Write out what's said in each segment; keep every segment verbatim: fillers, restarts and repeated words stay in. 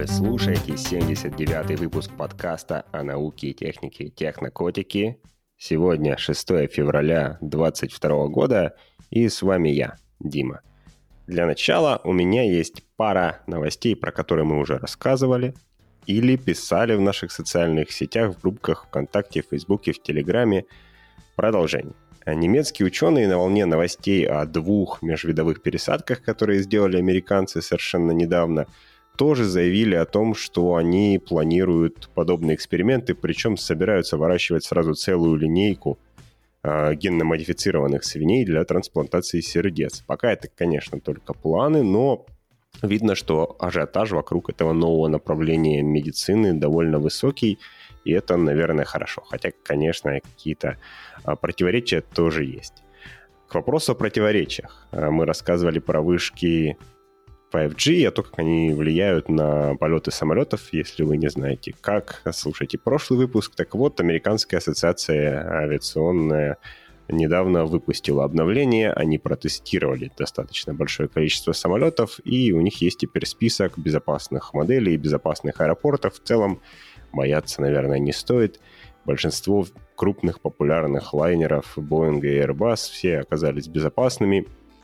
Вы слушаете семьдесят девятый выпуск подкаста о науке и технике «Технокотики». Сегодня шестое февраля двадцать второго года, и с вами я, Дима. Для начала у меня есть пара новостей, про которые мы уже рассказывали или писали в наших социальных сетях, в группках ВКонтакте, в Фейсбуке, в Телеграме. Продолжение. Немецкие ученые на волне новостей о двух межвидовых пересадках, которые сделали американцы совершенно недавно, тоже заявили о том, что они планируют подобные эксперименты, причем собираются выращивать сразу целую линейку э, генно-модифицированных свиней для трансплантации сердец. Пока это, конечно, только планы, но видно, что ажиотаж вокруг этого нового направления медицины довольно высокий, и это, наверное, хорошо. Хотя, конечно, какие-то э, противоречия тоже есть. К вопросу о противоречиях. Э, мы рассказывали про вышки пять джи, а то, как они влияют на полеты самолетов, если вы не знаете как. Слушайте прошлый выпуск. Так вот, Американская ассоциация авиационная недавно выпустила обновление. Они протестировали достаточно большое количество самолетов, и у них есть теперь список безопасных моделей и безопасных аэропортов. В целом, бояться, наверное, не стоит. Большинство крупных популярных лайнеров Boeing и Airbus все оказались безопасными.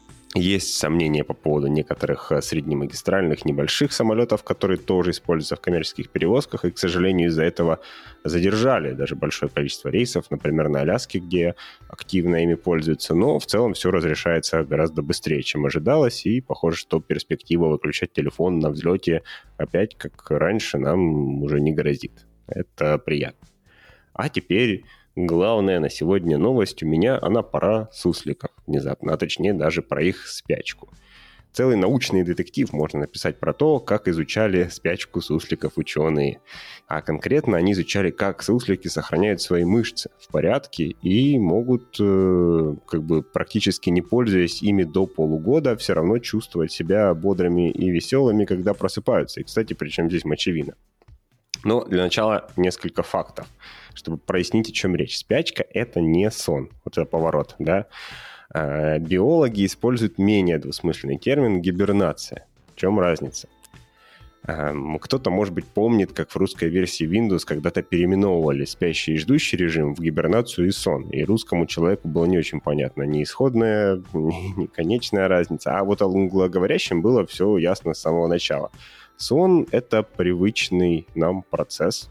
Есть сомнения по поводу некоторых среднемагистральных небольших самолетов, которые тоже используются в коммерческих перевозках, и, к сожалению, из-за этого задержали даже большое количество рейсов, например, на Аляске, где активно ими пользуются, но в целом все разрешается гораздо быстрее, чем ожидалось, и похоже, что перспектива выключать телефон на взлете опять, как раньше, нам уже не грозит. Это приятно. А теперь главная на сегодня новость у меня, она про сусликов внезапно, а точнее даже про их спячку. Целый научный детектив можно написать про то, как изучали спячку сусликов ученые. А конкретно они изучали, как суслики сохраняют свои мышцы в порядке и могут, э, как бы практически не пользуясь ими до полугода, все равно чувствовать себя бодрыми и веселыми, когда просыпаются. И, кстати, причем здесь мочевина. Но для начала несколько фактов, чтобы прояснить, о чем речь. Спячка – это не сон. Вот это поворот, да? Биологи используют менее двусмысленный термин «гибернация». В чем разница? Кто-то, может быть, помнит, как в русской версии Windows когда-то переименовывали спящий и ждущий режим в гибернацию и сон. И русскому человеку было не очень понятно ни исходная, ни конечная разница. А вот англоговорящим было все ясно с самого начала. Сон – это привычный нам процесс,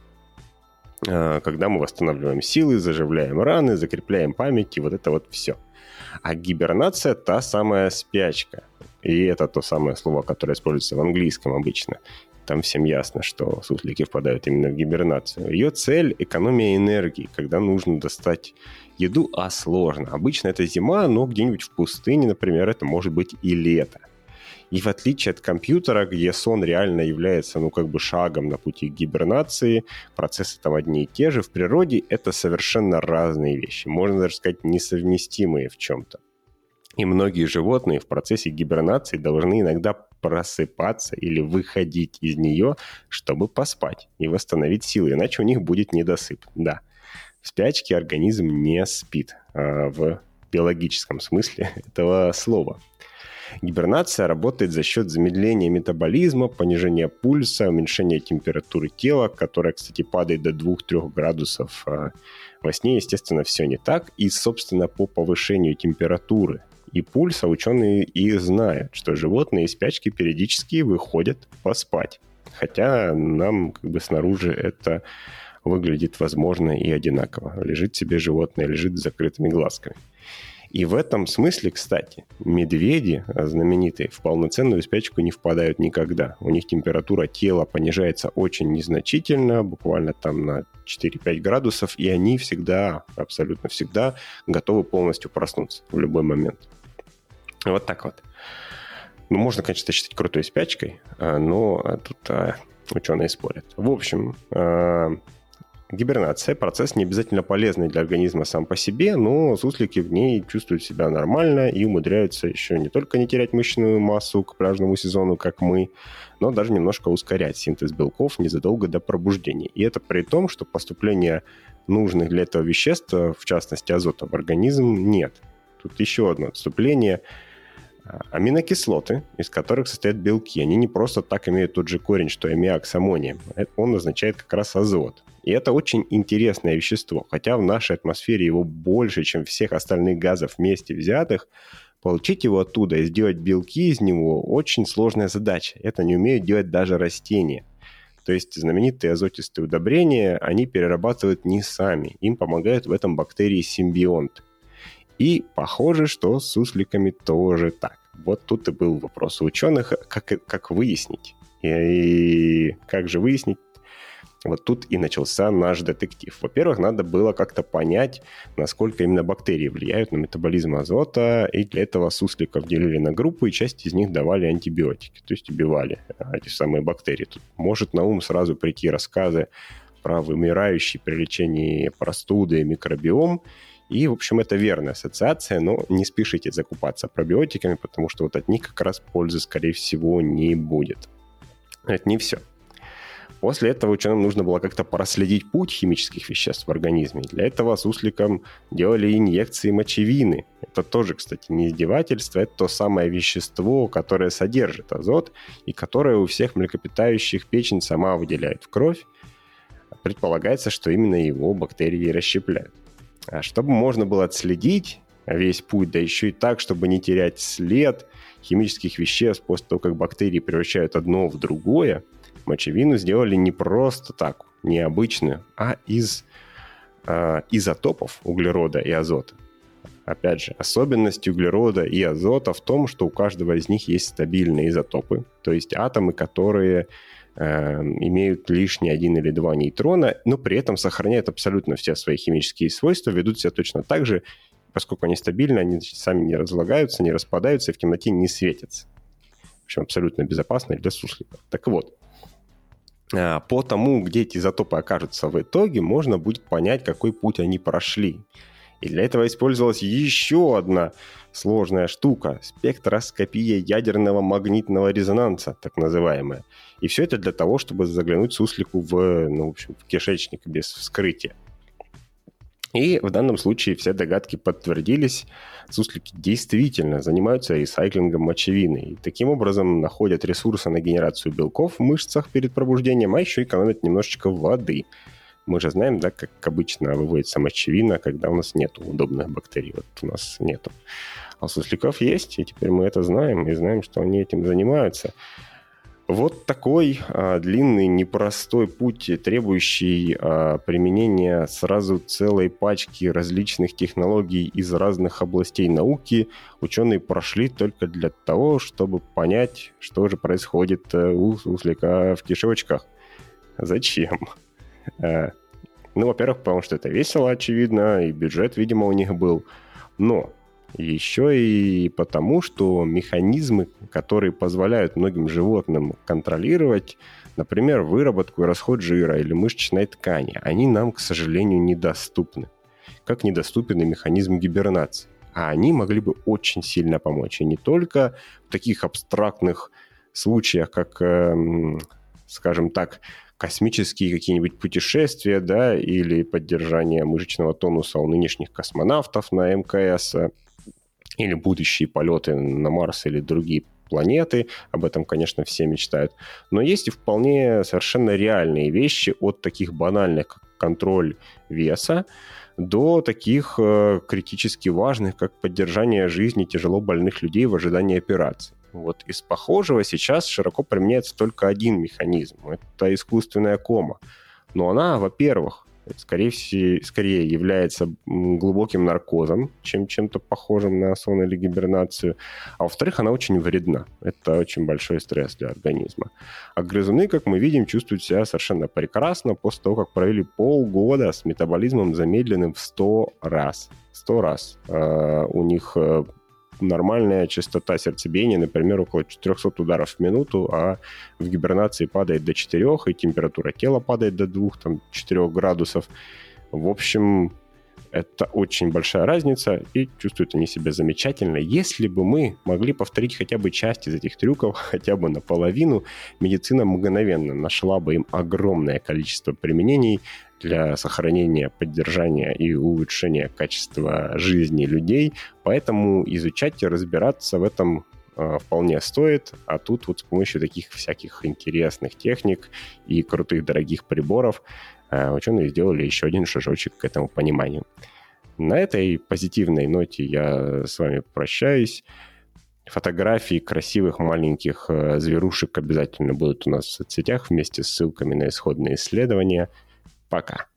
когда мы восстанавливаем силы, заживляем раны, закрепляем память, и вот это вот все. А гибернация – та самая спячка. И это то самое слово, которое используется в английском обычно. Там всем ясно, что суслики впадают именно в гибернацию. Ее цель – экономия энергии, когда нужно достать еду, а сложно. Обычно это зима, но где-нибудь в пустыне, например, это может быть и лето. И в отличие от компьютера, где сон реально является, ну, как бы шагом на пути к гибернации, процессы там одни и те же, в природе это совершенно разные вещи. Можно даже сказать, несовместимые в чем-то. И многие животные в процессе гибернации должны иногда просыпаться или выходить из нее, чтобы поспать и восстановить силы, иначе у них будет недосып. Да, в спячке организм не спит а в биологическом смысле этого слова. Гибернация работает за счет замедления метаболизма, понижения пульса, уменьшения температуры тела, которая, кстати, падает до двух-трёх градусов. Во сне, естественно, все не так. И, собственно, по повышению температуры и пульса ученые и знают, что животные из спячки периодически выходят поспать. Хотя нам как бы снаружи это выглядит, возможно, и одинаково. Лежит себе животное, лежит с закрытыми глазками. И в этом смысле, кстати, медведи знаменитые в полноценную спячку не впадают никогда. У них температура тела понижается очень незначительно, буквально там на четыре-пять градусов, и они всегда, абсолютно всегда готовы полностью проснуться в любой момент. Вот так вот. Ну, можно, конечно, это считать крутой спячкой, но тут ученые спорят. В общем, гибернация – процесс не обязательно полезный для организма сам по себе, но суслики в ней чувствуют себя нормально и умудряются еще не только не терять мышечную массу к пляжному сезону, как мы, но даже немножко ускорять синтез белков незадолго до пробуждения. И это при том, что поступления нужных для этого веществ, в частности азота, в организм нет. Тут еще одно отступление. Аминокислоты, из которых состоят белки, они не просто так имеют тот же корень, что аммиак с аммонием. Он означает как раз азот. И это очень интересное вещество. Хотя в нашей атмосфере его больше, чем всех остальных газов вместе взятых, получить его оттуда и сделать белки из него очень сложная задача. Это не умеют делать даже растения. То есть знаменитые азотистые удобрения, они перерабатывают не сами. Им помогают в этом бактерии-симбионты. И похоже, что с сусликами тоже так. Вот тут и был вопрос у ученых, как, как выяснить. И, и как же выяснить? Вот тут и начался наш детектив. Во-первых, надо было как-то понять, насколько именно бактерии влияют на метаболизм азота, и для этого сусликов делили на группы, и часть из них давали антибиотики, то есть убивали эти самые бактерии. Тут может на ум сразу прийти рассказы про вымирающий при лечении простуды микробиом, и, в общем, это верная ассоциация, но не спешите закупаться пробиотиками, потому что вот от них как раз пользы, скорее всего, не будет. Это не все. После этого ученым нужно было как-то проследить путь химических веществ в организме. Для этого сусликам делали инъекции мочевины. Это тоже, кстати, не издевательство, это то самое вещество, которое содержит азот и которое у всех млекопитающих печень сама выделяет в кровь. Предполагается, что именно его бактерии расщепляют. А чтобы можно было отследить весь путь, да еще и так, чтобы не терять след химических веществ после того, как бактерии превращают одно в другое, мочевину сделали не просто так, необычную, а из э, изотопов углерода и азота. Опять же, особенность углерода и азота в том, что у каждого из них есть стабильные изотопы, то есть атомы, которые э, имеют лишний один или два нейтрона, но при этом сохраняют абсолютно все свои химические свойства, ведут себя точно так же, поскольку они стабильны, они сами не разлагаются, не распадаются и в темноте не светятся. В общем, абсолютно безопасно для сусликов. Так вот, по тому, где эти изотопы окажутся в итоге, можно будет понять, какой путь они прошли. И для этого использовалась еще одна сложная штука – спектроскопия ядерного магнитного резонанса, так называемая. И все это для того, чтобы заглянуть суслику в, ну, в общем, в кишечник без вскрытия. И в данном случае все догадки подтвердились. Суслики действительно занимаются ресайклингом мочевины. И таким образом находят ресурсы на генерацию белков в мышцах перед пробуждением, а еще экономят немножечко воды. Мы же знаем, да, как обычно выводится мочевина, когда у нас нет удобных бактерий. Вот у нас нету. А у сусликов есть, и теперь мы это знаем, и знаем, что они этим занимаются. Вот такой а, длинный, непростой путь, требующий а, применения сразу целой пачки различных технологий из разных областей науки, ученые прошли только для того, чтобы понять, что же происходит у суслика в кишечках. Зачем? А, ну, во-первых, потому что это весело, очевидно, и бюджет, видимо, у них был. Но еще и потому, что механизмы, которые позволяют многим животным контролировать, например, выработку и расход жира или мышечной ткани, они нам, к сожалению, недоступны. Как недоступен и механизм гибернации. А они могли бы очень сильно помочь. И не только в таких абстрактных случаях, как, эм, скажем так, космические какие-нибудь путешествия, да, или поддержание мышечного тонуса у нынешних космонавтов на эм ка эс, или будущие полеты на Марс или другие планеты. Об этом, конечно, все мечтают. Но есть и вполне совершенно реальные вещи, от таких банальных, как контроль веса, до таких э, критически важных, как поддержание жизни тяжело больных людей в ожидании операций. Вот из похожего сейчас широко применяется только один механизм. Это искусственная кома. Но она, во-первых, скорее всего, скорее является глубоким наркозом, чем чем-то похожим на сон или гибернацию. А во-вторых, она очень вредна. Это очень большой стресс для организма. А грызуны, как мы видим, чувствуют себя совершенно прекрасно после того, как провели полгода с метаболизмом замедленным в сто раз. сто раз. Uh, у них uh, нормальная частота сердцебиения, например, около четыреста ударов в минуту, а в гибернации падает до четырёх, и температура тела падает до двух-четырёх градусов. В общем, это очень большая разница, и чувствуют они себя замечательно. Если бы мы могли повторить хотя бы часть из этих трюков, хотя бы наполовину, медицина мгновенно нашла бы им огромное количество применений для сохранения, поддержания и улучшения качества жизни людей. Поэтому изучать и разбираться в этом вполне стоит, а тут вот с помощью таких всяких интересных техник и крутых дорогих приборов ученые сделали еще один шажочек к этому пониманию. На этой позитивной ноте я с вами прощаюсь. Фотографии красивых маленьких зверушек обязательно будут у нас в соцсетях вместе с ссылками на исходные исследования. Пока.